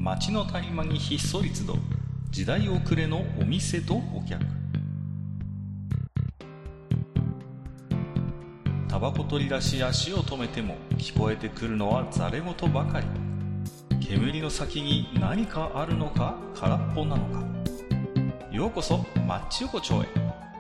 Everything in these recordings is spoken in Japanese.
街の谷間にひっそり集う時代遅れのお店とお客。タバコ取り出し足を止めても聞こえてくるのはざれ言ばかり。煙の先に何かあるのか空っぽなのか。ようこそマッチ横丁へ。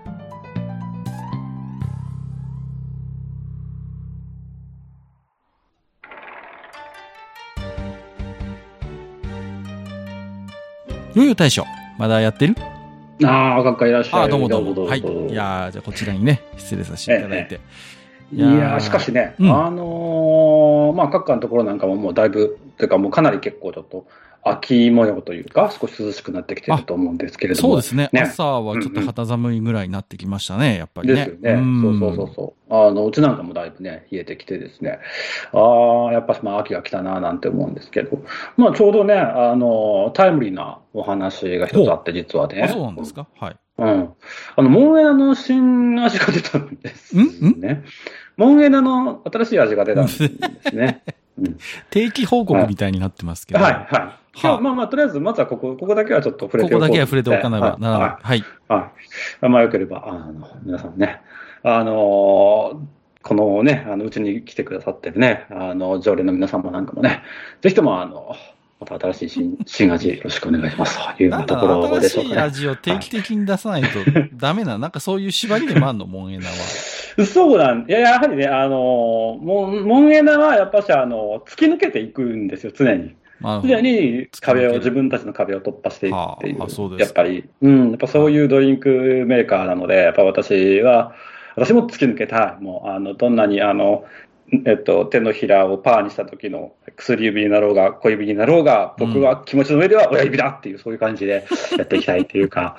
よいよ大将、まだやってる？ ああ、学会いらっしゃい。 あ、どうもどうも。はい。いやじゃあこちらにね、失礼させていただいて。 いやしかしね、まあ、各館のところなんかももうだいぶ、というかもうかなり結構ちょっと、秋模様というか、少し涼しくなってきてると思うんですけれども。 そうですね。朝はちょっと肌寒いぐらいになってきましたね、やっぱりね。 ですよね。そう。うちなんかもだいぶね、冷えてきてですね。やっぱ秋が来たななんて思うんですけど、まあちょうどね、タイムリーなお話が一つあって、実はね。 そうなんですか？はい。 モンエナの新味が出たんですね。モンエナの新しい味が出たんですね。 定期報告みたいになってますけど。 はい。今日、とりあえず、まずはここだけはちょっと触れておこう。 ここだけは触れておかなばならない。はい。 まあ、よければ、皆さんね、このね、うちに来てくださってるね、常連の皆様なんかもね、ぜひとも、また新しい新味よろしくお願いします。というところでしょうかね。 新しい味を定期的に出さないとダメな、なんかそういう縛りでもあるの、モンエナは。 そうなんやはりね、モンエナはやっぱし、突き抜けていくんですよ、常に。常に自分たちの壁を突破していくっていう。やっぱり、やっぱそういうドリンクメーカーなので、やっぱ私も突き抜けたい。もう、どんなに手のひらをパーにした時の薬指になろうが小指になろうが、僕は気持ちの上では親指だっていう、そういう感じでやっていきたいっていうか。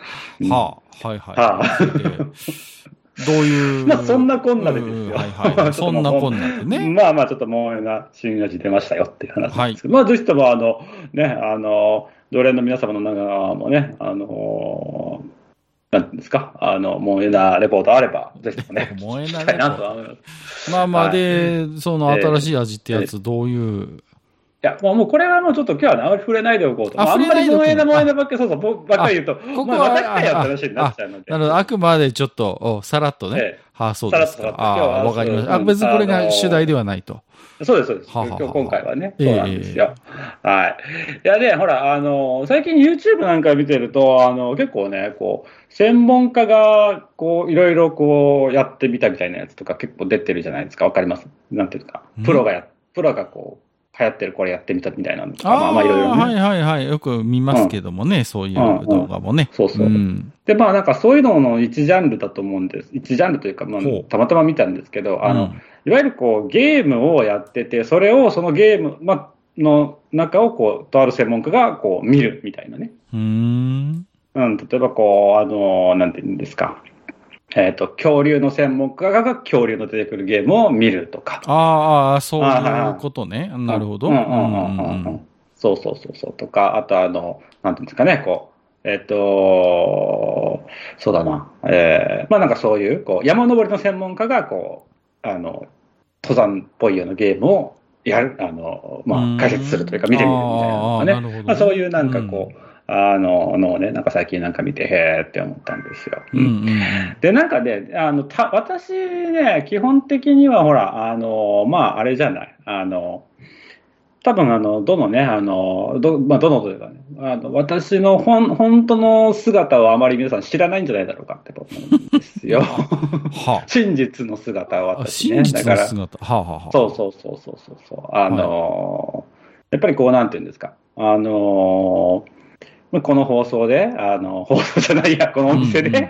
どういう。 まあそんなこんなでですよ。 そんなこんなでね。 まあちょっともう新味出ましたよっていう話なんですけど、まあぜひとも常連の皆様の中もね、なんていうんですか、モンエナレポートあれば、ぜひともね、 モンエナレポート。で、その新しい味ってやつ、どういう。 いや、もうこれはもうちょっと今日はあまり触れないでおこうと。あんまりモンエナばっかり、ばっかり言うと、また来たよって話になっちゃうので。 なるほど、あくまでちょっと、さらっとね。そうですか。わかりました。別にこれが主題ではないと。 そうです。今回はね、そうなんですよ。はい。いやね、ほら、最近 YouTube なんか見てると、結構ね、専門家が、いろいろやってみたみたいなやつとか結構出てるじゃないですか。わかります？なんていうか。プロが流行ってるこれやってみたみたいなのとか、まあいろいろね。 はい。よく見ますけどもね、そういう動画もね。 そう。で、なんかそういうのの一ジャンルだと思うんです。一ジャンルというか、たまたま見たんですけど、いわゆるゲームをやってて、それをそのゲーム、の中をとある専門家が見るみたいなね。例えばなんていうんですか。恐竜の専門家が恐竜の出てくるゲームを見るとか。 そういうことね。なるほど。 そうとか、あとなんていうんですかね、そうだな。なんかそういう、山登りの専門家が、登山っぽいようなゲームを解説するというか、見てみるみたいなのがね。そういうなんかのをね、なんか最近なんか見て、へーって思ったんですよ。で、なんかね、私ね、基本的にはほら、あれじゃない。多分どのね、どのというかね、私の本当の姿をあまり皆さん知らないんじゃないだろうかって思うんですよ。真実の姿は私ね。 真実の姿。 そう。やっぱりなんていうんですか。この放送で、放送じゃないや、このお店で、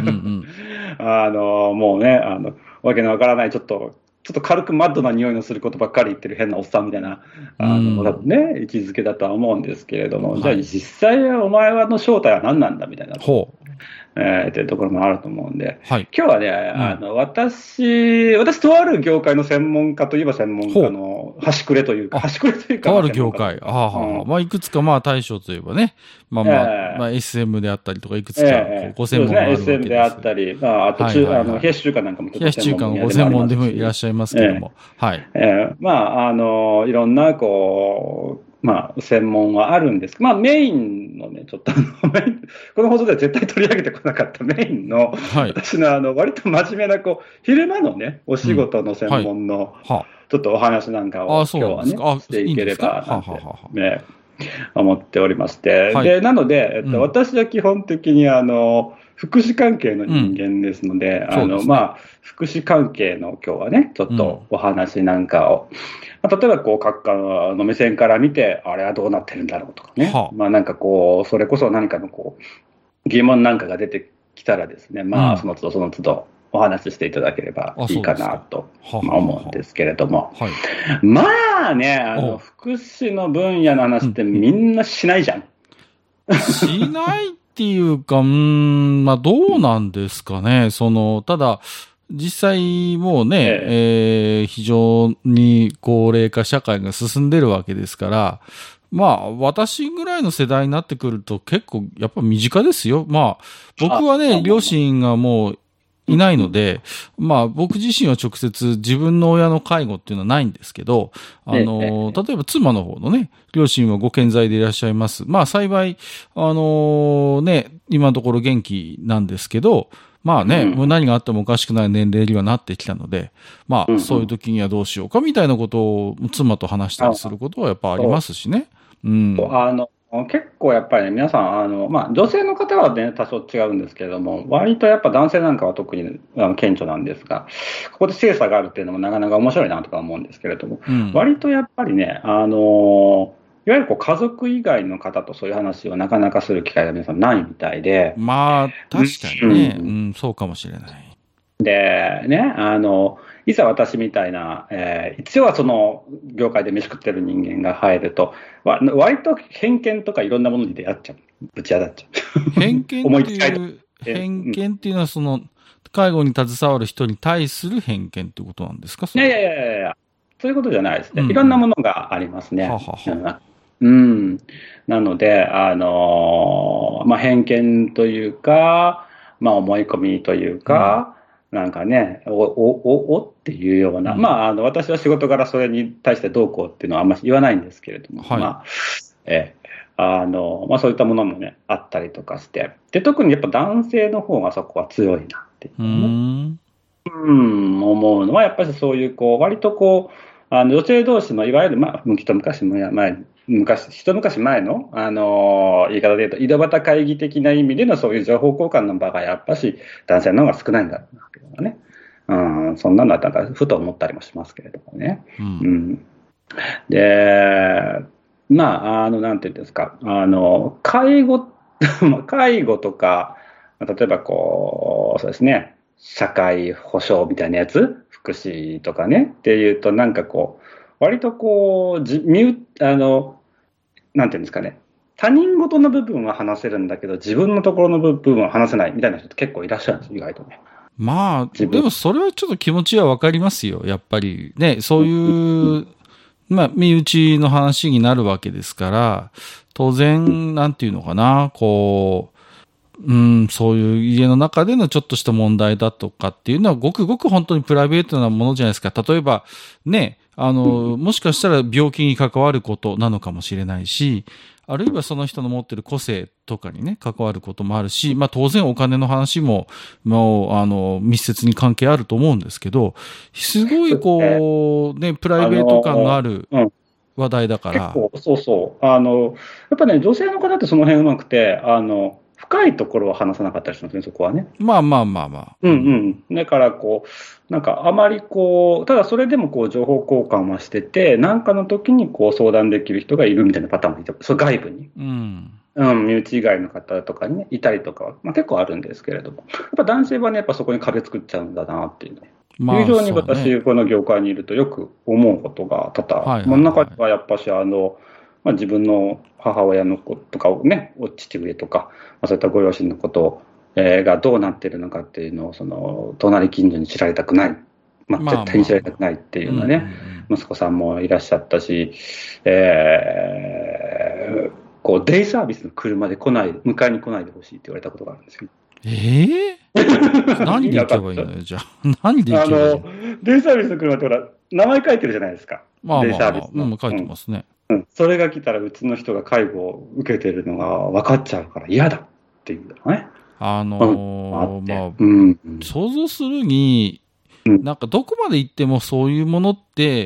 もうね、わけのわからない、ちょっと軽くマッドな匂いのすることばっかり言ってる変なおっさんみたいな、多分ね、位置づけだとは思うんですけれども、じゃあ実際お前の正体は何なんだみたいな。っていうところもあると思うんで、今日はね、私とある業界の専門家といえば専門家の端くれというか、 とある業界。いくつか大将といえばね、SM であったりとか、いくつかご専門があるわけです。 SM であったり、あと冷やし中華なんかも冷やし中華のご専門でもいらっしゃいますけども、 いろんなまあ、専門はあるんですけど、まあ、メインのね、ちょっとこの放送では絶対取り上げてこなかったメインの、 はい、 私の割と真面目な、昼間のね、お仕事の専門の、ちょっとお話なんかを今日はね、していければなんてね、思っておりまして。で、なので、私は基本的に福祉関係の人間ですので、まあ、福祉関係の今日はね、ちょっとお話なんかを、例えば各家の目線から見て、あれはどうなってるんだろうとかね、まあなんかそれこそ何かの疑問なんかが出てきたらですね、まあその都度その都度お話ししていただければいいかなと思うんですけれども、まあね、福祉の分野の話ってみんなしないじゃん。 しないっていうか、まあどうなんですかね。ただ、実際もうね、非常に高齢化社会が進んでるわけですから、まあ私ぐらいの世代になってくると結構やっぱ身近ですよ。まあ僕はね、両親がもういないので、まあ僕自身は直接自分の親の介護っていうのはないんですけど、例えば妻の方のね、両親はご健在でいらっしゃいます。まあ幸い、ね、今のところ元気なんですけど、まあね、もう何があってもおかしくない年齢にはなってきたので、まあそういう時にはどうしようかみたいなことを妻と話したりすることはやっぱありますしね。 結構やっぱりね、皆さん、まあ、女性の方はね、多少違うんですけれども、割とやっぱ男性なんかは特に顕著なんですが、ここで性差があるっていうのもなかなか面白いなとか思うんですけれども、割とやっぱりね、いわゆる家族以外の方とそういう話をなかなかする機会が皆さんないみたいで。 まあ、確かにね、そうかもしれない。 で、ね、いざ私みたいな、一応はその業界で飯食ってる人間が入ると、割と偏見とかいろんなものに出会っちゃう。ぶち当たっちゃう。 偏見っていうのは介護に携わる人に対する偏見ってことなんですか？ いや、そういうことじゃないですね。いろんなものがありますね。なので、まあ、偏見というか、まあ、思い込みというか、なんかね、っていうような、まあ、私は仕事柄それに対してどうこうっていうのはあんまり言わないんですけれども、まあ、まあ、そういったものもね、あったりとかして、で、特にやっぱ男性の方がそこは強いなっていうね。思うのは、やっぱりそういう、割と女性同士の、いわゆる、まあ、一昔前の、言い方で言うと、井戸端会議的な意味でのそういう情報交換の場が、やっぱし男性の方が少ないんだろうな、っていうのはね。そんなのは、なんか、ふと思ったりもしますけれどもね。で、まあ、なんていうんですか、介護とか、例えばそうですね、社会保障みたいなやつ、福祉とかね、っていうと、なんか割となんていうんですかね、他人事の部分は話せるんだけど、自分のところの部分は話せないみたいな人って結構いらっしゃるんです、意外とね。 まあ、でもそれはちょっと気持ちはわかりますよ、やっぱり。ね、そういう、まあ、身内の話になるわけですから、当然、なんていうのかな、そういう家の中でのちょっとした問題だとかっていうのはごくごく本当にプライベートなものじゃないですか。例えば、ね、もしかしたら病気に関わることなのかもしれないし、あるいはその人の持ってる個性とかにね、関わることもあるし、まあ当然お金の話も、密接に関係あると思うんですけど、すごいね、プライベート感がある話題だから。 そう。やっぱね、女性の方ってその辺うまくて、深いところは話さなかったりしますね、そこはね。 まあ。 だからなんかあまりただそれでも情報交換はしてて、なんかの時に相談できる人がいるみたいなパターンもいて、それ外部に。身内以外の方とかにね、いたりとかは、まあ、結構あるんですけれども、やっぱ男性はね、やっぱそこに壁作っちゃうんだなっていうね。非常に私、この業界にいるとよく思うことが多々、真ん中にはやっぱしまあ、自分の母親の子とかをね、父上とか、まあ、そういったご両親のことがどうなっているのかっていうのを、隣近所に知られたくない、まあ、絶対に知られたくないっていうようなね、息子さんもいらっしゃったし、デイサービスの車で迎えに来ないでほしいって言われたことがあるんですよ。 何で行けばいいのよ、じゃあ。何で行けばいいの？ デイサービスの車ってほら、名前書いてるじゃないですか。デイサービスの。 書いてますね。 それが来たらうちの人が介護を受けてるのが分かっちゃうから嫌だっていうのね。 想像するに、なんかどこまで行ってもそういうものって、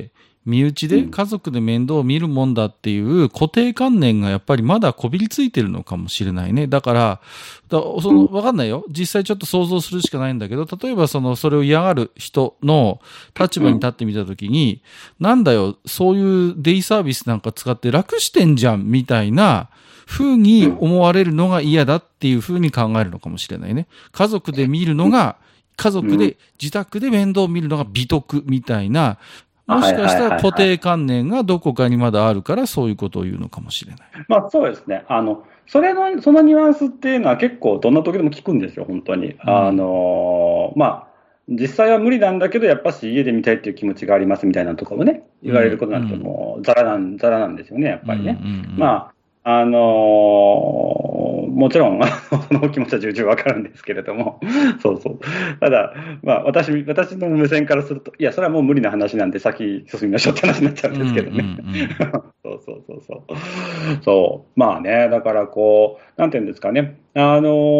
身内で家族で面倒を見るもんだっていう固定観念がやっぱりまだこびりついてるのかもしれないね。だから、わかんないよ。実際ちょっと想像するしかないんだけど、例えばそれを嫌がる人の立場に立ってみたときに、なんだよ、そういうデイサービスなんか使って楽してんじゃん、みたいな風に思われるのが嫌だっていう風に考えるのかもしれないね。家族で見るのが、家族で自宅で面倒を見るのが美徳みたいな、もしかしたら固定観念がどこかにまだあるからそういうことを言うのかもしれない。 まあそうですね。そのニュアンスっていうのは結構どんな時でも聞くんですよ、本当に。まあ、実際は無理なんだけど、やっぱし家で見たいっていう気持ちがありますみたいなところもね、言われることなんてもうザラなんですよね、やっぱりね。まあ、もちろん、そのお気持ちは重々わかるんですけれども、そうそう。ただ、まあ、私の目線からすると、いや、それはもう無理な話なんで、先進みましょうって話になっちゃうんですけどね。そう。そう。まあね、だからこう、なんていうんですかね。ま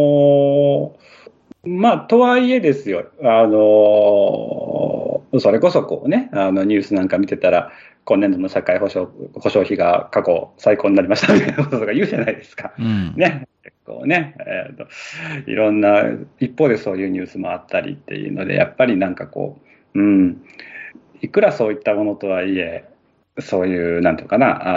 あ、とはいえですよ。それこそこうね、ニュースなんか見てたら、今年度の社会保障費が過去最高になりましたみたいなこととか言うじゃないですか。ね。結構ね、いろんな、一方でそういうニュースもあったりっていうので、やっぱりなんかこう、いくらそういったものとはいえ、そういう、なんていうかな、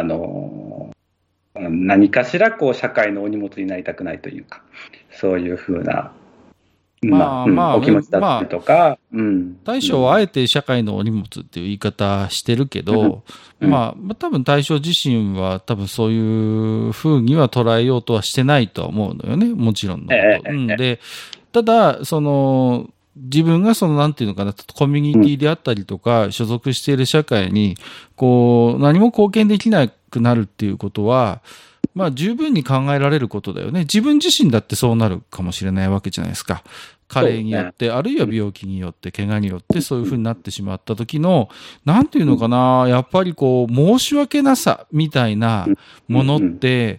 何かしらこう社会のお荷物になりたくないというか、そういうふうな、お気持ちだったりとか、 大将はあえて社会のお荷物っていう言い方してるけど、多分大将自身は多分そういうふうには捉えようとはしてないとは思うのよね、もちろんのこと。で、ただ、自分がなんていうのかな、コミュニティであったりとか、所属している社会に、何も貢献できなくなるっていうことは、まあ十分に考えられることだよね。自分自身だってそうなるかもしれないわけじゃないですか。加齢によって、あるいは病気によって、怪我によってそういうふうになってしまった時の、なんていうのかな、やっぱり申し訳なさみたいなものって、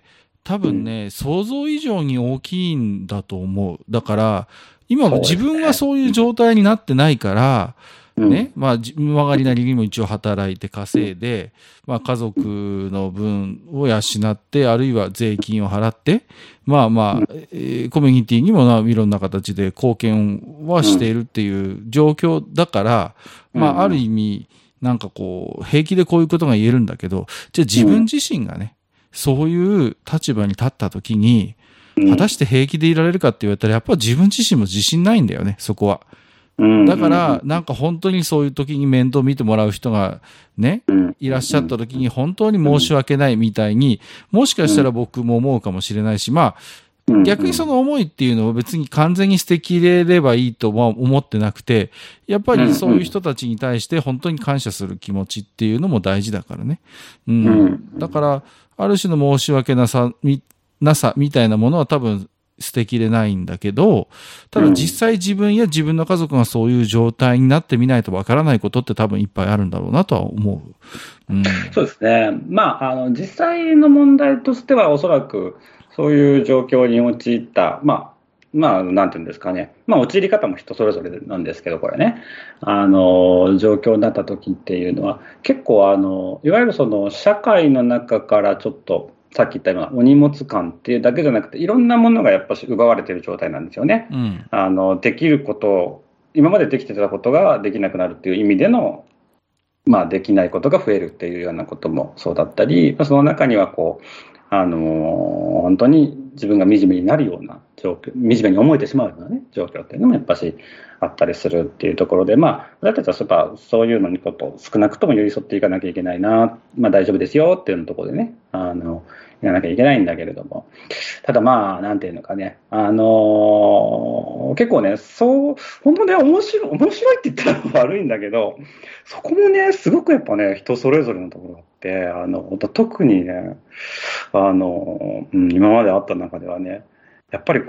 多分ね、想像以上に大きいんだと思う。だから、今自分がそういう状態になってないから、ね。まあ、曲がりなりにも一応働いて稼いで、まあ、家族の分を養って、あるいは税金を払って、まあ、コミュニティにもいろんな形で貢献はしているっていう状況だから、まあ、ある意味、なんか平気でこういうことが言えるんだけど、じゃあ自分自身がね、そういう立場に立った時に、果たして平気でいられるかって言われたら、やっぱ自分自身も自信ないんだよね、そこは。だから、なんか本当にそういう時に面倒見てもらう人がね、いらっしゃった時に本当に申し訳ないみたいに、もしかしたら僕も思うかもしれないし、まあ、逆にその思いっていうのを別に完全に捨てきれればいいとは思ってなくて、やっぱりそういう人たちに対して本当に感謝する気持ちっていうのも大事だからね。だから、ある種の申し訳なさみたいなものは多分、捨てきれないんだけど、ただ実際自分や自分の家族がそういう状態になってみないとわからないことって多分いっぱいあるんだろうなとは思う。 そうですね。まあ、実際の問題としてはおそらくそういう状況に陥った、まあ、なんていうんですかね。まあ、陥り方も人それぞれなんですけど、これね。状況になった時っていうのは、結構いわゆる社会の中からちょっと、さっき言ったようなお荷物感っていうだけじゃなくて、いろんなものがやっぱし奪われている状態なんですよね。できることを、今までできてたことができなくなるっていう意味での、まあ、できないことが増えるっていうようなこともそうだったり、その中には本当に自分が惨めになるような状況、惨めに思えてしまうようなね、状況っていうのもやっぱしあったりするっていうところで、まあ、私たちはやっぱそういうのに少なくとも寄り添っていかなきゃいけないな、まあ大丈夫ですよっていうところでね、やらなきゃいけないんだけれども、ただまあ、なんていうのかね、結構ね、本当ね、面白いって言ったら悪いんだけど、そこもね、すごくやっぱね、人それぞれのところがあって、特にね、今まであった中ではね、やっぱり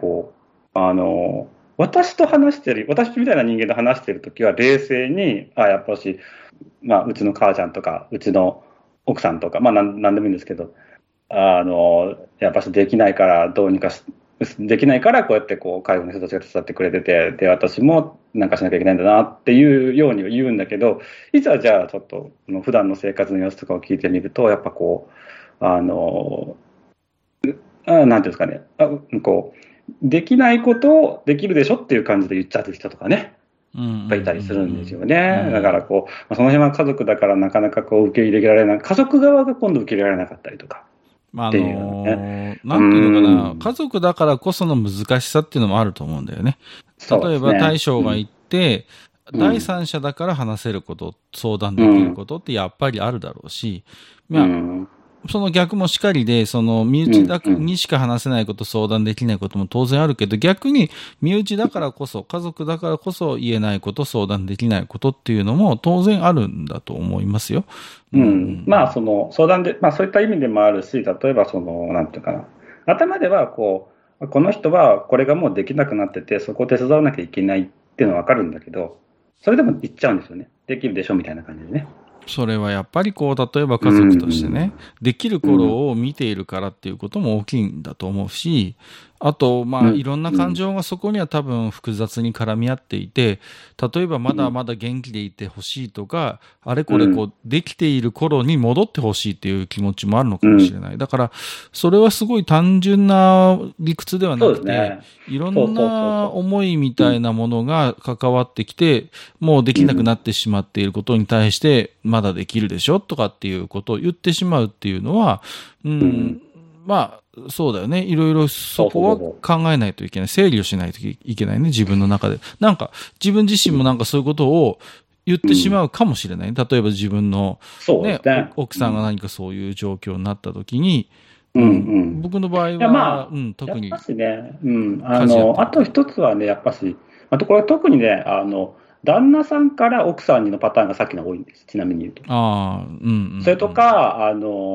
私みたいな人間と話してるときは冷静に、やっぱし、まあ、うちの母ちゃんとか、うちの奥さんとか、まあなんでもいいんですけど、やっぱしできないからどうにかできないからこうやってこう介護の人たちが手伝ってくれてて、で、私もなんかしなきゃいけないんだなっていうように言うんだけど、いざじゃあちょっと普段の生活の様子とかを聞いてみると、やっぱこう、なんていうんですかね、こう、できないことをできるでしょっていう感じで言っちゃう人とかね、いっぱいいたりするんですよね。だからこう、その辺は家族だからなかなかこう受け入れられない、家族側が今度受け入れられなかったりとか。 なんていうのかな、家族だからこその難しさっていうのもあると思うんだよね。例えば大将が言って、第三者だから話せること、相談できることってやっぱりあるだろうし、その逆もしかりで、その身内にしか話せないこと、相談できないことも当然あるけど、逆に身内だからこそ、家族だからこそ言えないこと、相談できないことっていうのも当然あるんだと思いますよ。 まあ、その相談で、まあそういった意味でもあるし、例えばなんていうかな、頭ではこの人はこれがもうできなくなってて、そこを手伝わなきゃいけないっていうのはわかるんだけど、それでも言っちゃうんですよね。できるでしょみたいな感じでね。 それはやっぱりこう、例えば家族としてね、できる頃を見ているからっていうことも大きいんだと思うし、あと、まあ、いろんな感情がそこには多分複雑に絡み合っていて、例えばまだまだ元気でいてほしいとか、あれこれこう、できている頃に戻ってほしいっていう気持ちもあるのかもしれない。だから、それはすごい単純な理屈ではなくて、いろんな思いみたいなものが関わってきて、もうできなくなってしまっていることに対して、まだできるでしょとかっていうことを言ってしまうっていうのは、まあ、そうだよね。いろいろそこは考えないといけない。整理をしないといけないね。自分の中で。なんか、自分自身もなんかそういうことを言ってしまうかもしれない。例えば自分の、ね、奥さんが何かそういう状況になったときに、僕の場合は、特に。 やっぱしね、あと一つはね、やっぱし、これは特にね、旦那さんから奥さんにのパターンがさっきの多いんです。ちなみに言うと。それとか、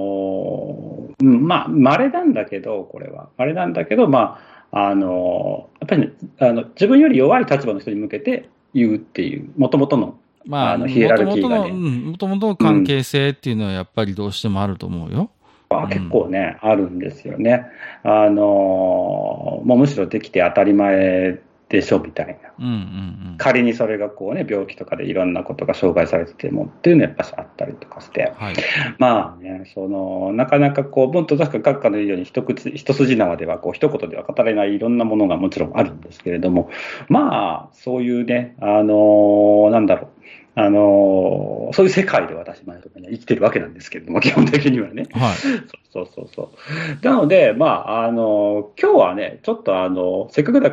まあ、稀なんだけど、これは。稀なんだけど、まあ、やっぱりね、自分より弱い立場の人に向けて言うっていう、もともとの、ヒエラルキーがね。 もともとの関係性っていうのはやっぱりどうしてもあると思うよ。 結構ね、あるんですよね。もうむしろできて当たり前でしょみたいな。仮にそれがこうね、病気とかでいろんなことが障害されててもっていうのはやっぱしあったりとかして、まあね、なかなかこう、もっと確か閣下の言うように一筋縄ではこう、一言では語れないいろんなものがもちろんあるんですけれども、まあ、そういうね、なんだろう。そういう世界で私、生きてるわけなんですけれども、基本的にはね。そう。なので、まあ、今日はね、ちょっとせっかくち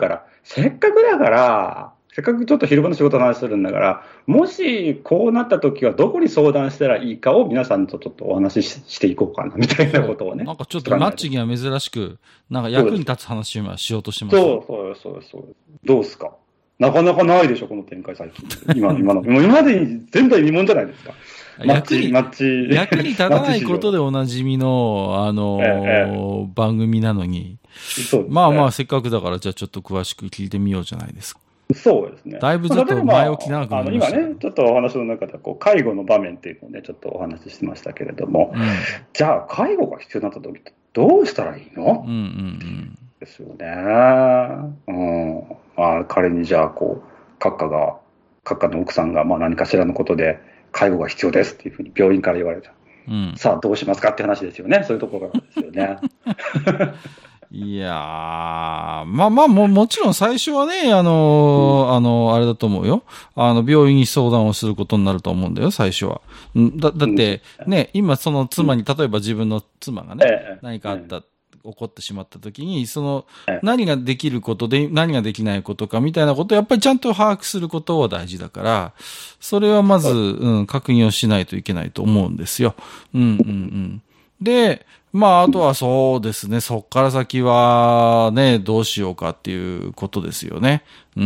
ょっと昼間の仕事の話するんだから、もしこうなった時はどこに相談したらいいかを皆さんとちょっとお話ししていこうかな、みたいなことをね。 なんかちょっとナッチには珍しく、なんか役に立つ話をしようとしてます。 そう。どうですか？なかなかないでしょ、この展開最近。今までに前代未聞じゃないですか。 役に立たないことでおなじみの、番組なのに。まあまあ、せっかくだから、じゃあちょっと詳しく聞いてみようじゃないですか。 そうですね。 だいぶちょっと前置き長くなりました。 今ね、ちょっとお話の中で介護の場面っていうのをね、ちょっとお話ししてましたけれども、じゃあ介護が必要になった時ってどうしたらいいの？ですよね。仮にじゃあ閣下の奥さんが何かしらのことで介護が必要ですっていうふうに病院から言われた。さあどうしますかって話ですよね。そういうところからですよね。 いやー、まあもちろん最初はね、あれだと思うよ。病院に相談をすることになると思うんだよ、最初は。だってね、今その妻に、例えば自分の妻がね、何かあった。起こってしまった時に、何ができることで、何ができないことかみたいなことをやっぱりちゃんと把握することは大事だから、それはまず、確認をしないといけないと思うんですよ。で、まあ、あとはそうですね、そっから先はね、どうしようかっていうことですよね。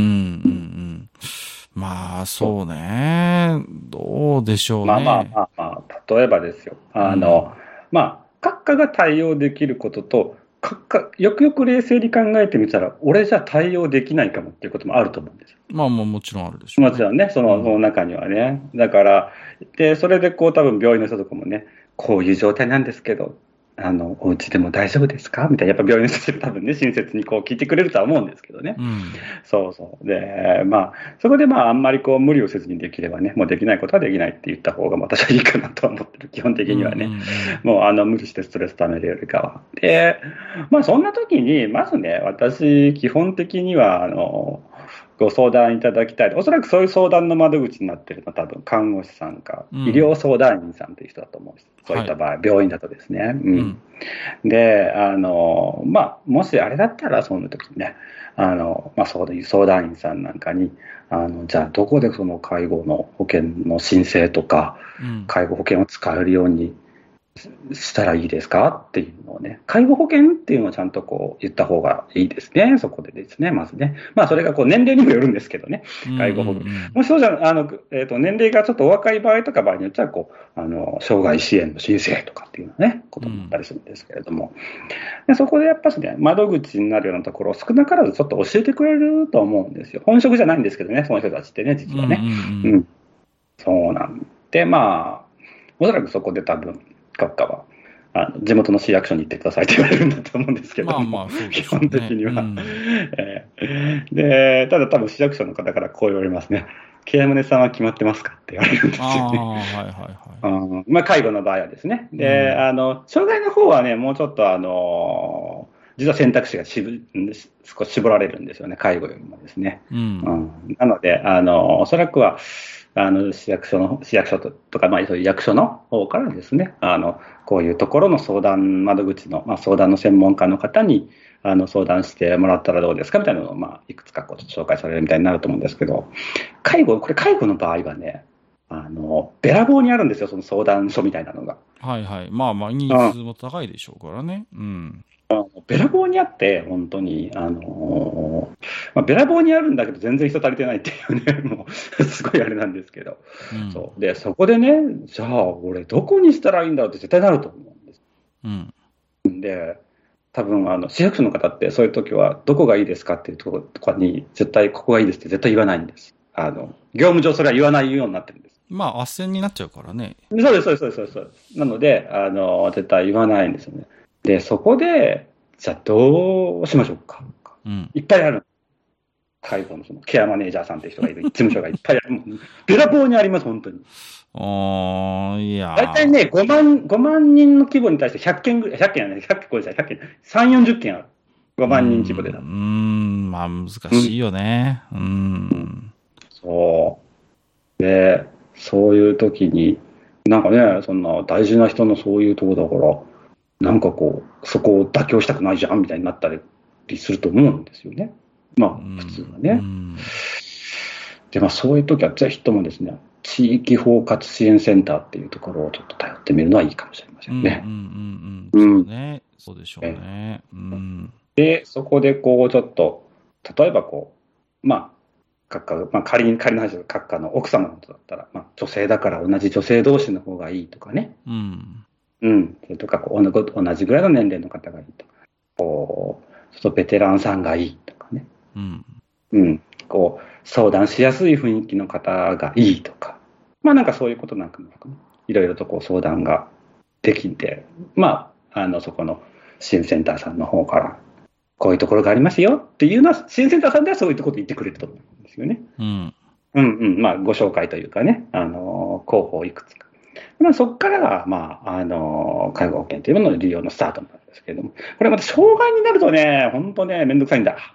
まあ、そうね。どうでしょうね。 まあ、例えばですよ。閣下が対応できることと、よくよく冷静に考えてみたら、俺じゃ対応できないかもっていうこともあると思うんですよ。 まあもちろんあるでしょう、 もちろんね、その中にはね。だから、で、それで多分病院の人とかもね、 こういう状態なんですけど、お家でも大丈夫ですかみたいな、やっぱ病院の人って多分ね、親切にこう聞いてくれるとは思うんですけどね。そうそう。で、そこであんまりこう無理をせずにできればね、もうできないことはできないって言った方が私はいいかなとは思ってる、基本的にはね。もう無理してストレス溜めるよりかは。で、そんな時に、まずね、私、基本的には、ご相談いただきたい。おそらくそういう相談の窓口になっているのは多分看護師さんか、医療相談員さんという人だと思うし、そういった場合、病院だとですね。で、もしあれだったら、その時にね、そういう相談員さんなんかに、じゃあどこでその介護の保険の申請とか、介護保険を使えるようにしたらいいですかっていうのをね、介護保険っていうのをちゃんとこう言った方がいいですね、そこでですね、まずね。それがこう年齢にもよるんですけどね、介護保険。もしそうじゃ、年齢がちょっとお若い場合とか場合によっては、こう、障害支援の申請とかっていうのね、こともあったりするんですけれども、でそこでやっぱしね、窓口になるようなところを少なからずちょっと教えてくれると思うんですよ。本職じゃないんですけどね、その人たちってね、実はね。そうなんで、おそらくそこで多分、閣下は地元の市役所に行ってくださいって言われるんだと思うんですけども、基本的には。で、ただ多分市役所の方からこう言われますね。ケアマネさんは決まってますかって言われるんですよね。介護の場合はですね。で、障害の方はね、もうちょっと実は選択肢が少し絞られるんですよね、介護よりもですね。なので、おそらくは、市役所とか、そういう役所の方からですね、こういうところの相談窓口の、相談の専門家の方に、相談してもらったらどうですかみたいなのを、いくつかこう紹介されるみたいになると思うんですけど、介護の場合はね、べらぼうにあるんですよ、その相談所みたいなのが。 ニーズも高いでしょうからね。 べらぼうにあって、本当に、べらぼうにあるんだけど、全然人足りてないっていうね、もう、すごいあれなんですけど、で、そこでね、じゃあ、俺、どこにしたらいいんだろうって絶対なると思うんです。で、多分、市役所の方って、そういう時は、どこがいいですかっていうところに、絶対、ここがいいですって絶対言わないんです。業務上、それは言わないようになってるんです。 斡旋になっちゃうからね。 そうです。なので、絶対言わないんですよね。で、そこで、じゃあどうしましょうか。いっぱいある。介護のケアマネージャーさんっていう人がいる、事務所がいっぱいある。べらぼうにあります、本当に。大体ね、5万人の規模に対して100件ぐらい、100件はね、100件超えちゃう、100件、3、40件ある。5万人規模でだ。 難しいよね。 そう。で、そういう時に、なんかね、そんな大事な人のそういうとこだから、なんかこう、そこを妥協したくないじゃんみたいになったりすると思うんですよね。普通はね。で、そういう時はぜひともですね、地域包括支援センターっていうところをちょっと頼ってみるのはいいかもしれませんね。 そうね。そうでしょうね。 で、そこでこう、ちょっと、例えばこう、仮の話で閣下の奥様のことだったら、女性だから同じ女性同士の方がいいとかね。それとか同じぐらいの年齢の方がいいとか、こうちょっとベテランさんがいいとかね、こう相談しやすい雰囲気の方がいいとか、なんかそういうことなんかもいろいろとこう相談ができて、そこの支援センターさんの方からこういうところがありますよっていうのは、支援センターさんではそういうところで言ってくれると思うんですよね。ご紹介というかね、候補をいくつか。そこからが、介護保険というものの利用のスタートなんですけれども、これまた障害になるとね、本当ね、めんどくさいんだ。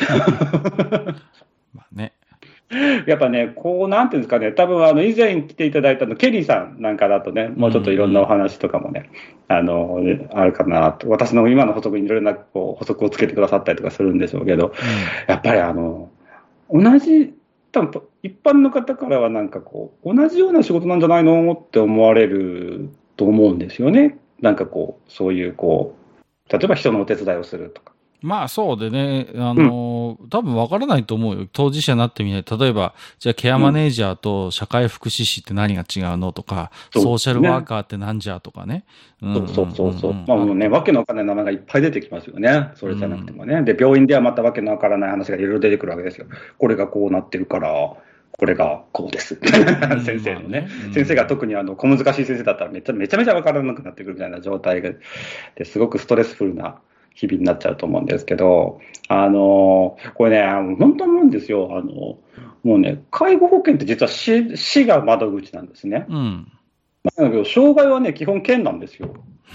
やっぱね、こう、なんていうんですかね、多分以前来ていただいたケリーさんなんかだとね、もうちょっといろんなお話とかもね、あるかなと、私の今の補足にいろいろなこう補足をつけてくださったりとかするんでしょうけど、やっぱり同じ、多分一般の方からはなんかこう、同じような仕事なんじゃないのって思われると思うんですよね。なんかこう、そういうこう、例えば人のお手伝いをするとか。 そうでね、多分分からないと思うよ。当事者になってみない。例えば、じゃあケアマネージャーと社会福祉士って何が違うのとか、ソーシャルワーカーってなんじゃとかね。 もうね、わけのわからない名前がいっぱい出てきますよね。それじゃなくてもね。で、病院ではまたわけのわからない話がいろいろ出てくるわけですよ。これがこうなってるから、ここれがこうです。先生のね。先生が特に小難しい先生だったらめちゃめちゃわからなくなってくるみたいな状態ですごくストレスフルな日々になっちゃうと思うんですけど、これね、本当思うんですよ。もうね、介護保険って実は市が窓口なんですね。だけど、障害はね、基本県なんですよ。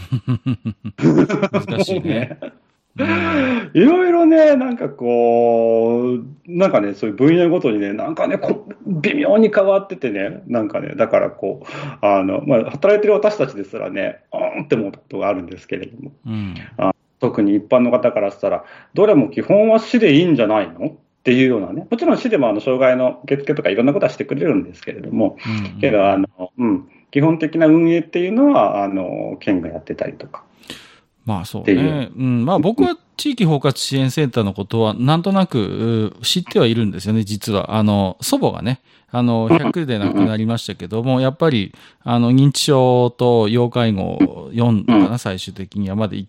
難しいね。 いろいろね、なんかこう、なんかね、そういう分野ごとにね、なんかね、微妙に変わっててね、なんかね、だからこう、働いてる私たちですらね、って思うことがあるんですけれども、特に一般の方からしたら、どれも基本は市でいいんじゃないのっていうようなね、もちろん市でも障害の受付とかいろんなことはしてくれるんですけれども、けど、基本的な運営っていうのは、県がやってたりとか。 まあそうね。まあ僕は地域包括支援センターのことはなんとなく知ってはいるんですよね、実は。祖母がね、100で亡くなりましたけども、やっぱり、認知症と要介護4かな、最終的にはまで行って、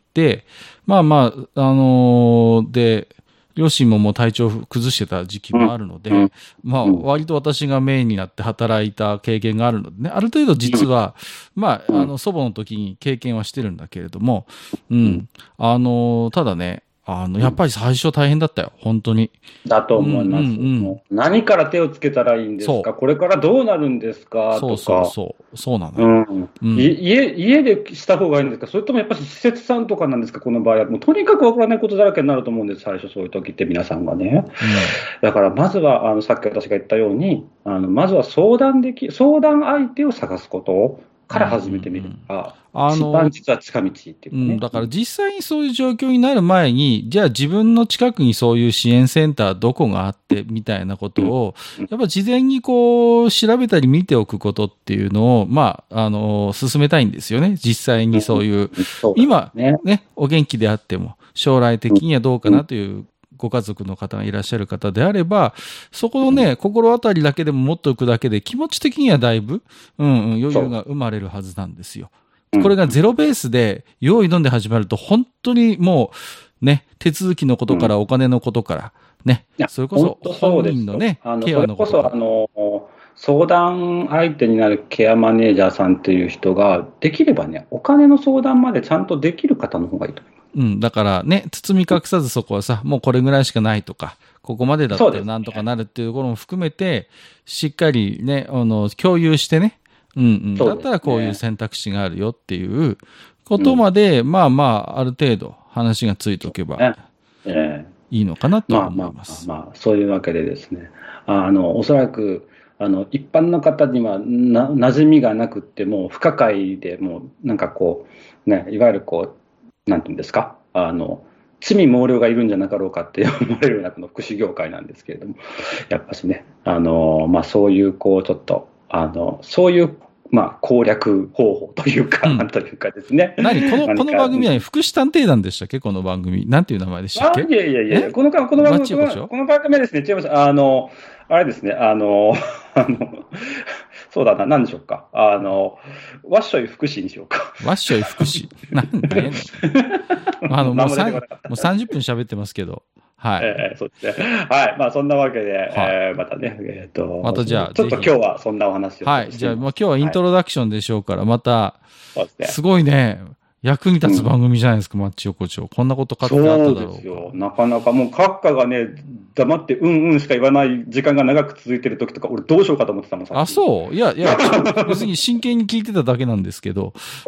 で、両親ももう体調を崩してた時期もあるので、割と私がメインになって働いた経験があるのでね、ある程度実は、祖母の時に経験はしてるんだけれども、ただね、やっぱり最初大変だったよ、本当に。 だと思います。何から手をつけたらいいんですか、これからどうなるんですかとか。 そうなのよ。 家でした方がいいんですか、それともやっぱり施設さんとかなんですか、この場合は。もうとにかくわからないことだらけになると思うんです、最初そういう時って皆さんがね。だからまずは、さっき私が言ったように、まずは相談相手を探すことから始めてみるか。一番実は近道っていうね。 だから実際にそういう状況になる前に、じゃあ自分の近くにそういう支援センターどこがあってみたいなことを、やっぱ事前にこう調べたり見ておくことっていうのを、進めたいんですよね。実際にそういう、今ね、お元気であっても、将来的にはどうかなというご家族の方がいらっしゃる方であれば、そこのね、心当たりだけでも持っておくだけで気持ち的にはだいぶ、余裕が生まれるはずなんですよ。これがゼロベースで用意飲んで始まると本当にもうね、手続きのことからお金のことからね、それこそ本人のね、ケアのことから。 それこそ相談相手になるケアマネージャーさんっていう人ができればね、お金の相談までちゃんとできる方の方がいいと思います。 だからね、包み隠さずそこはさ、もうこれぐらいしかないとか、ここまでだったらなんとかなるっていうところも含めて、しっかりね、共有してね、だったらこういう選択肢があるよっていうことまで、ある程度話がついておけばいいのかなと思います。 そういうわけでですね、おそらく、一般の方には馴染みがなくっても、不可解でもなんかこう、ね、いわゆるこう、なんていうんですか、罪猛量がいるんじゃなかろうかって思われるようなこの福祉業界なんですけれども、やっぱしね、そういうこう、ちょっと、そういう攻略方法というか、なんというかですね。 この番組は福祉探偵団でしたっけ、この番組。なんていう名前でしたっけ。 いや、この番組はですね、違います。あれですね、そうだな、何でしょうか。わっしょい福祉にしようか。 わっしょい福祉。なんだよ。もう30分喋ってますけど。はい。 そうですね。はい。そんなわけで、またね、 またじゃあ、 ちょっと今日はそんなお話を。 はい。じゃあ、今日はイントロダクションでしょうから、また、すごいね、役に立つ番組じゃないですか、マッチ横丁。こんなことかつてあっただろうか。そうですよ。 なかなかもう閣下がね、黙ってしか言わない時間が長く続いてる時とか、俺どうしようかと思ってたもん、 あ、そういや、別に真剣に聞いてただけなんですけど。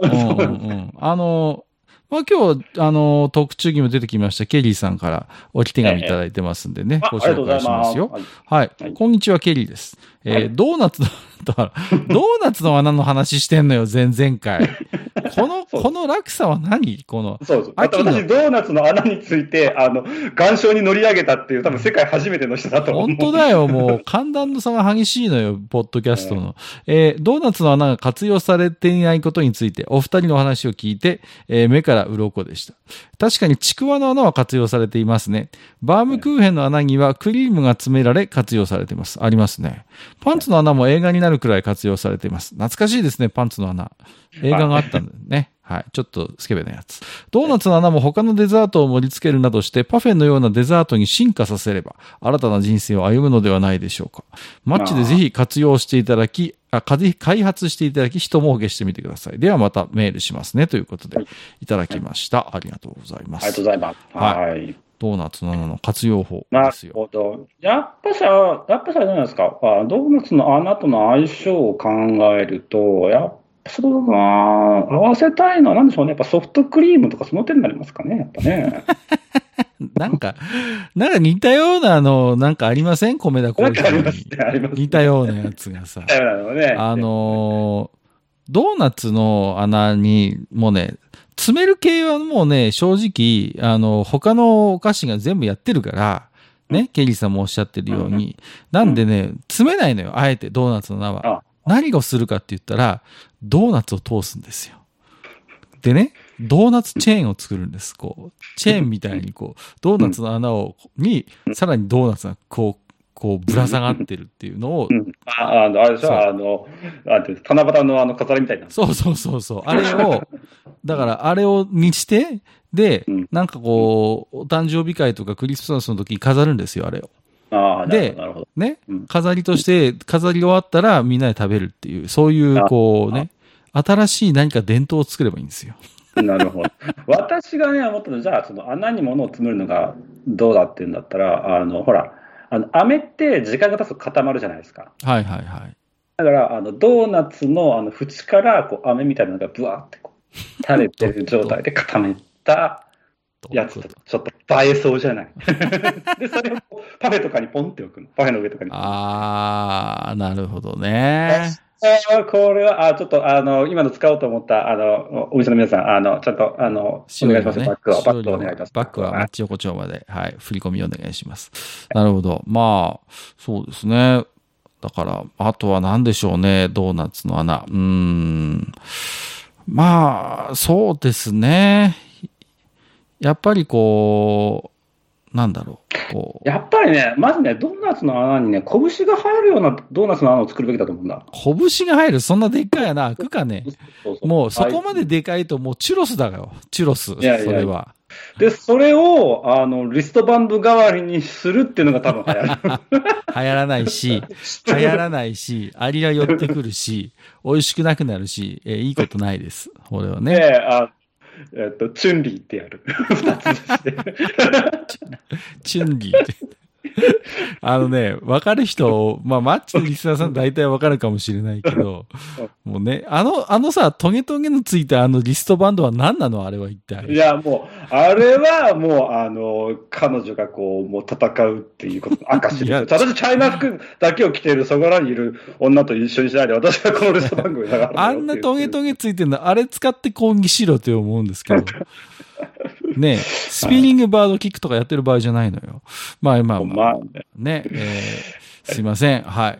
今日、特注にも出てきましたケリーさんから置き手紙いただいてますんでね、ご紹介しますよ。はい。こんにちは、ケリーです。ドーナツの穴の話してんのよ、前々回。この落差は何そう。私、ドーナツの穴について、岩礁に乗り上げたっていう、多分世界初めての人だと思う。 本当だよ、もう、寒暖の差が激しいのよ、ポッドキャストの。ドーナツの穴が活用されていないことについて、お二人の話を聞いて、目から鱗でした。確かにちくわの穴は活用されていますね。バームクーヘンの穴にはクリームが詰められ活用されています。ありますね。パンツの穴も映画になるくらい活用されています。懐かしいですね、パンツの穴。映画があったんだよね。 はい。ちょっとスケベなやつ。ドーナツの穴も他のデザートを盛り付けるなどしてパフェのようなデザートに進化させれば新たな人生を歩むのではないでしょうか。マッチでぜひ活用していただき、開発していただき、人儲けしてみてください。ではまたメールしますね。ということで、いただきました。ありがとうございます。 ありがとうございます。はい。 ドーナツの穴の活用法ですよ。 なるほど。やっぱさ、じゃないですか。ドーナツの穴との相性を考えると、そうだな、合わせたいのは何でしょうね。やっぱソフトクリームとかその手になりますかね。やっぱね。 なんか似たようななんかありません？米田コーヒーに。似たようなやつがさ。ドーナツの穴に、もうね、詰める系はもうね、正直、他のお菓子が全部やってるから、ね、ケリーさんもおっしゃってるように。なんでね、詰めないのよ、あえて、ドーナツの穴は。何をするかって言ったら、ドーナツを通すんですよ。でね、ドーナツチェーンを作るんです。こう、チェーンみたいにドーナツの穴に、さらにドーナツがこう、ぶら下がってるっていうのを。 あれでしょ、七夕の飾りみたいな。 そう。あれを、だからあれをにして、で、なんかお誕生日会とかクリスマスの時に飾るんですよ、あれを。で、ね、飾りとして、飾り終わったらみんなで食べるっていう、そういう新しい何か伝統を作ればいいんですよ。 なるほど。私がね、思ったのは、じゃあ、その穴に物を詰めるのがどうだっていうんだったら、ほら、飴って時間が経つと固まるじゃないですか。 はい。 だから、ドーナツの縁から、飴みたいなのがブワーって垂れてる状態で固めたやつとちょっと映えそうじゃないで、それをパフェとかにポンって置くの。パフェの上とかに。 なるほどね。 これは、ちょっと、今の使おうと思った、お店の皆さん、ちゃんと、お願いします。バックをお願いします。 バックはマッチ横丁まで、はい、振り込みお願いします。なるほど。まあ、そうですね。だから、あとは何でしょうね、ドーナツの穴。まあ、そうですね。やっぱりなんだろう。 やっぱりね、まずね、ドーナツの穴にね、拳が入るようなドーナツの穴を作るべきだと思うんだ。 拳が入る？そんなでっかい穴開くかね。もうそこまででかいともうチュロスだよ。チュロス。それは。 で、それを、リストバンド代わりにするっていうのが多分流行る。 流行らないし、アリが寄ってくるし、美味しくなくなるし、いいことないです。これはね。 チュンリーってやる。二つして。 チュンリーって。わかる人、マッチのリスナーさん大体わかるかもしれないけど、もうね、さ、トゲトゲのついたリストバンドは何なの？あれは一体。 いや、もう、あれはもう、彼女がもう戦うっていうことの証です。私、チャイナ服だけを着ているそこらにいる女と一緒にしないで、私はこのリスト番組だから。 あんなトゲトゲついてるの、あれ使って攻撃しろって思うんですけど。ね、スピーリングバードキックとかやってる場合じゃないのよ。まあ。ね、すいません。はい。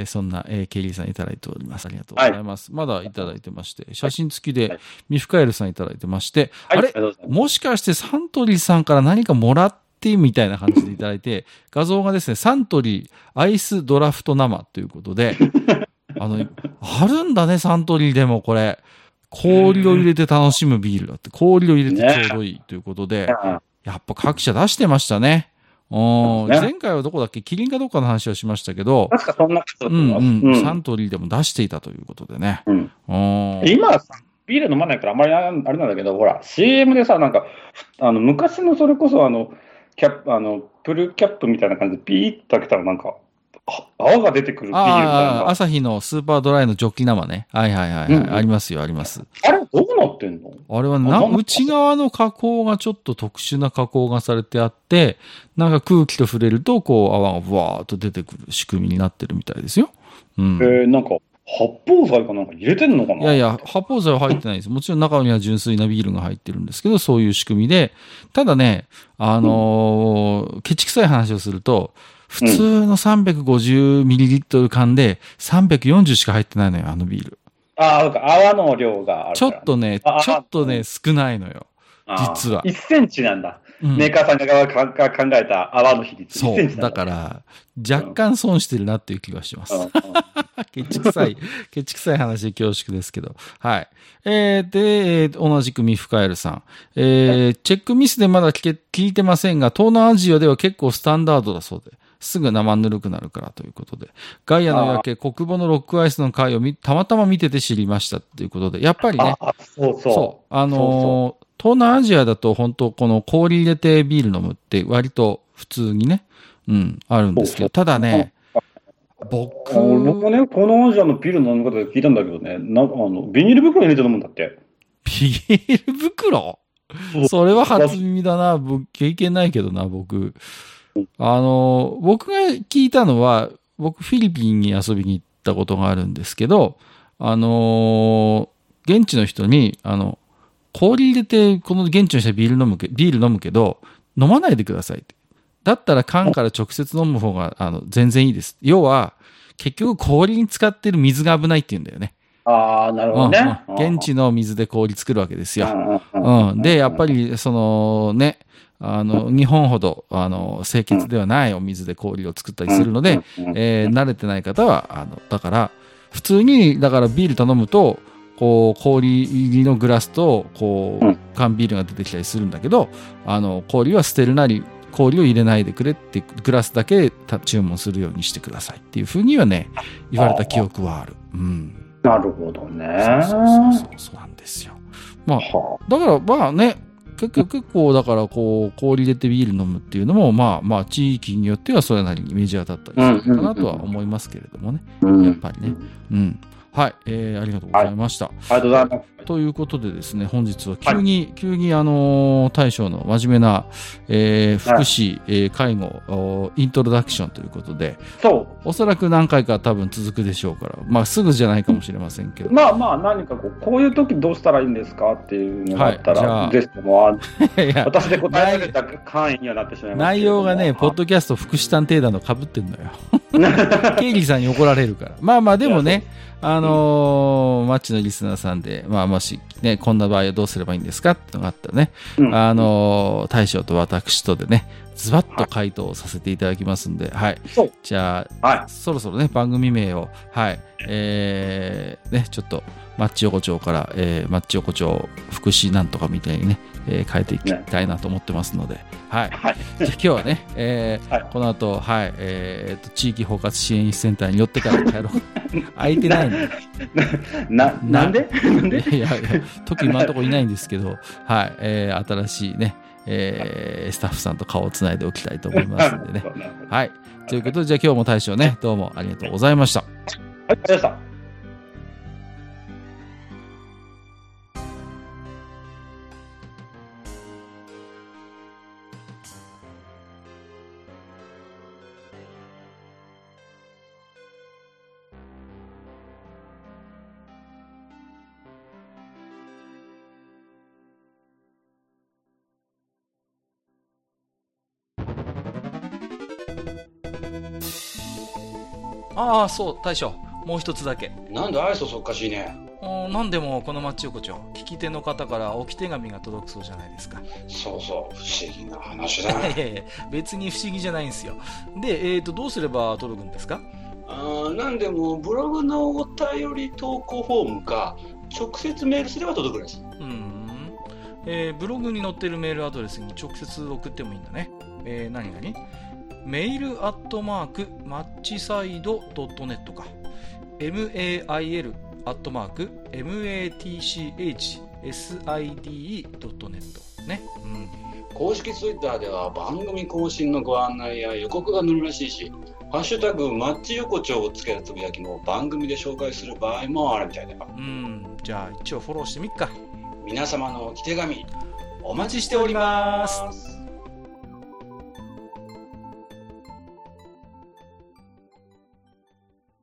そんな、ケリーさんいただいております。ありがとうございます。まだいただいてまして、写真付きで、ミフカエルさんいただいてまして、あれもしかしてサントリーさんから何かもらってみたいな感じでいただいて、画像がですね、サントリーアイスドラフト生ということで、あるんだね、サントリーでもこれ。氷を入れて楽しむビールだって、氷を入れてちょうどいいということで、やっぱ各社出してましたね。前回はどこだっけ？キリンかどっかの話をしましたけど、 確かそんなサントリーでも出していたということでね。 今、ビール飲まないからあんまりあれなんだけど、ほら、CM でさ、なんか、昔のそれこそプルキャップみたいな感じでピーッと開けたらなんか、泡が出てくるビールみたいな。 朝日のスーパードライのジョッキ生ね。はい。ありますよ、あります。 あれ、どうなってんの？ あれは内側の加工がちょっと特殊な加工がされてあって、なんか空気と触れると、泡がブワーっと出てくる仕組みになってるみたいですよ。なんか、発泡剤かなんか入れてんのかな？ いや、発泡剤は入ってないです。もちろん中には純粋なビールが入ってるんですけど、そういう仕組みで、ただね、ケチくさい話をすると、普通の 350ml 缶で340しか入ってないのよ、ビール。 泡の量があるから、ね。 ちょっとね、少ないのよ。 実は。 1センチなんだ。 うん、 メーカーさんが考えた泡の比率。 そう。 1センチだから、若干損してるなっていう気がします。ケチくさい話で恐縮ですけど。はい。で、同じくミフカエルさん。チェックミスでまだ聞いてませんが、東南アジアでは結構スタンダードだそうで。すぐ生ぬるくなるからということで。ガイアの夜明け、国母のロックアイスの回をたまたま見てて知りましたということで。やっぱりね。そう。東南アジアだと本当この氷入れてビール飲むって割と普通にね、あるんですけど、ただね、僕ね、東南アジアのビールの飲み方で聞いたんだけどね、ビニール袋入れて飲むんだって。 ビニール袋？それは初耳だな。経験ないけどな、僕。僕が聞いたのは、僕フィリピンに遊びに行ったことがあるんですけど、現地の人に、氷入れて、この現地の人はビール飲むけど、飲まないでくださいって。だったら缶から直接飲む方が、全然いいです。要は、結局氷に使ってる水が危ないって言うんだよね。 ああ、なるほどね。 現地の水で氷作るわけですよ。で、やっぱり、日本ほど、清潔ではないお水で氷を作ったりするので、慣れてない方は、だから、普通に、だからビール頼むと、こう、氷入りのグラスと、こう、缶ビールが出てきたりするんだけど、氷は捨てるなり、氷を入れないでくれって、グラスだけ注文するようにしてくださいっていうふうにはね、言われた記憶はある。 なるほどね。 そうなんですよ。まあ、だからまあね、結構だからこう、氷入れてビール飲むっていうのも、まあ地域によってはそれなりにメジャーだったりするかなとは思いますけれどもね。やっぱりね。はい、ありがとうございました。 ありがとうございます。 ということでですね、本日は急に大将の真面目な、福祉、介護、イントロダクションということで、おそらく何回か多分続くでしょうから、まあすぐじゃないかもしれませんけど。 まあ何かこういう時どうしたらいいんですかっていうのがあったら、ぜひとも、私で答えられた範囲にはなってしまいます。 内容がね、ポッドキャスト福祉探偵団の被ってんのよ。ケイリーさんに怒られるから。まあでもね、マッチのリスナーさんで、もしね、こんな場合はどうすればいいんですかってのがあったらね、大将と私とでね、ズバッと回答させていただきますんで、はい。じゃあ、そろそろね、番組名を、はい、ね、ちょっと、マッチ横丁から、マッチ横丁福祉なんとかみたいにね、変えていきたいなと思ってますので、はい。じゃあ今日はね、この後、はい、地域包括支援センターに寄ってから帰ろう。空いてないの。 なんでいや、特に今のところいないんですけど、はい、新しいね、スタッフさんと顔をつないでおきたいと思いますんでね。はい。ということで、じゃあ今日も大将ね、どうもありがとうございました。 はい、ありがとうございました。 ああ、そう、大将。もう一つだけ。 なんで愛想そっかしいね。 なんでもこのマッチ横丁、聞き手の方から置き手紙が届くそうじゃないですか。 そうそう、不思議な話だ。 いやいや、別に不思議じゃないんですよ。で、どうすれば届くんですか？ なんでもブログのお便り投稿フォームか直接メールすれば届くらしい。 ブログに載ってるメールアドレスに直接送ってもいいんだね。何メールアットマークマッチサイドドットネットか。mail アットマーク matchside.net ね。 公式ツイッターでは番組更新のご案内や予告が載るらしいし、ハッシュタグマッチ横丁をつけたつぶやきも番組で紹介する場合もあるみたいだよ。 じゃあ一応フォローしてみっか。 皆様のお手紙お待ちしております。